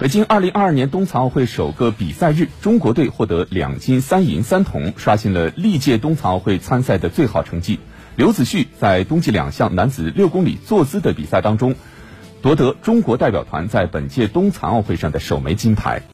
北京2022年冬残奥会首个比赛日，中国队获得2金3银3铜，刷新了历届冬残奥会参赛的最好成绩。刘子旭在冬季2项男子6公里坐姿的比赛当中，夺得中国代表团在本届冬残奥会上的首枚金牌。